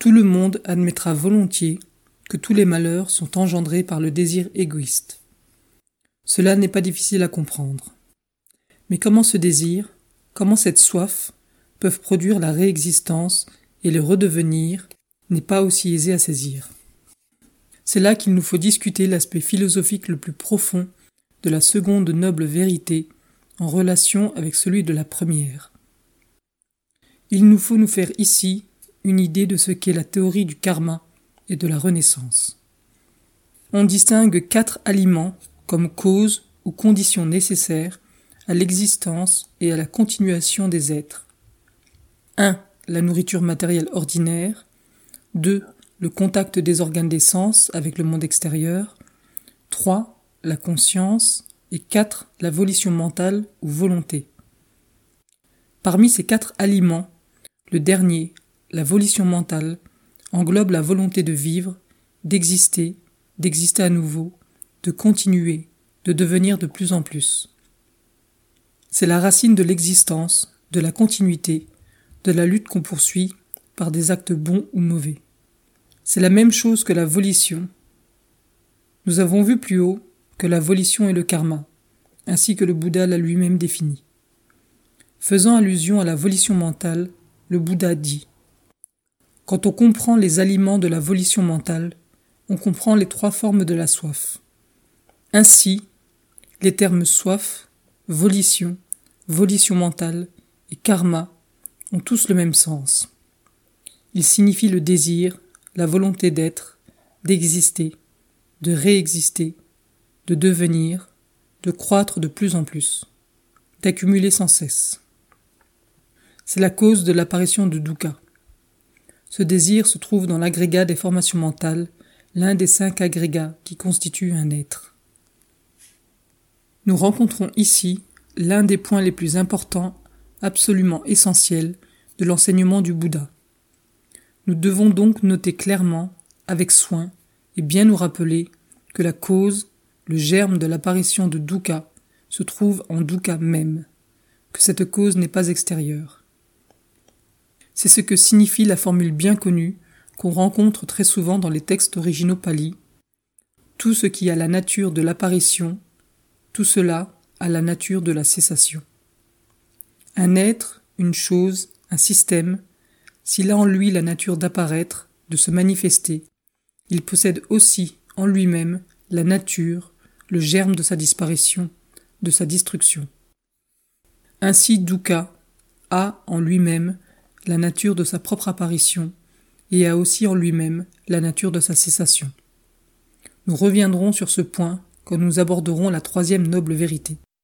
Tout le monde admettra volontiers que tous les malheurs sont engendrés par le désir égoïste. Cela n'est pas difficile à comprendre. Mais comment ce désir, comment cette soif peuvent produire la réexistence et le redevenir n'est pas aussi aisé à saisir. C'est là qu'il nous faut discuter l'aspect philosophique le plus profond de la seconde noble vérité en relation avec celui de la première. Il nous faut nous faire ici une idée de ce qu'est la théorie du karma et de la renaissance. On distingue 4 aliments comme cause ou condition nécessaire à l'existence et à la continuation des êtres. 1. La nourriture matérielle ordinaire. 2. Le contact des organes des sens avec le monde extérieur. 3. La conscience. Et 4. La volition mentale ou volonté. Parmi ces 4 aliments, le dernier, la volition mentale, englobe la volonté de vivre, d'exister à nouveau, de continuer, de devenir de plus en plus. C'est la racine de l'existence, de la continuité, de la lutte qu'on poursuit par des actes bons ou mauvais. C'est la même chose que la volition. Nous avons vu plus haut que la volition est le karma, ainsi que le Bouddha l'a lui-même défini. Faisant allusion à la volition mentale, le Bouddha dit « Quand on comprend les aliments de la volition mentale, on comprend les 3 formes de la soif. Ainsi, les termes soif, volition, volition mentale et karma ont tous le même sens. Ils signifient le désir, la volonté d'être, d'exister, de réexister, de devenir, de croître de plus en plus, d'accumuler sans cesse. C'est la cause de l'apparition de dukkha. Ce désir se trouve dans l'agrégat des formations mentales, l'un des 5 agrégats qui constituent un être. Nous rencontrons ici l'un des points les plus importants, absolument essentiels, de l'enseignement du Bouddha. Nous devons donc noter clairement, avec soin, et bien nous rappeler que la cause, le germe de l'apparition de dukkha, se trouve en dukkha même, que cette cause n'est pas extérieure. C'est ce que signifie la formule bien connue qu'on rencontre très souvent dans les textes originaux pali. Tout ce qui a la nature de l'apparition, tout cela a la nature de la cessation. Un être, une chose, un système, s'il a en lui la nature d'apparaître, de se manifester, il possède aussi en lui-même la nature, le germe de sa disparition, de sa destruction. Ainsi dukkha a en lui-même la nature de sa propre apparition et a aussi en lui-même la nature de sa cessation. Nous reviendrons sur ce point quand nous aborderons la 3e noble vérité.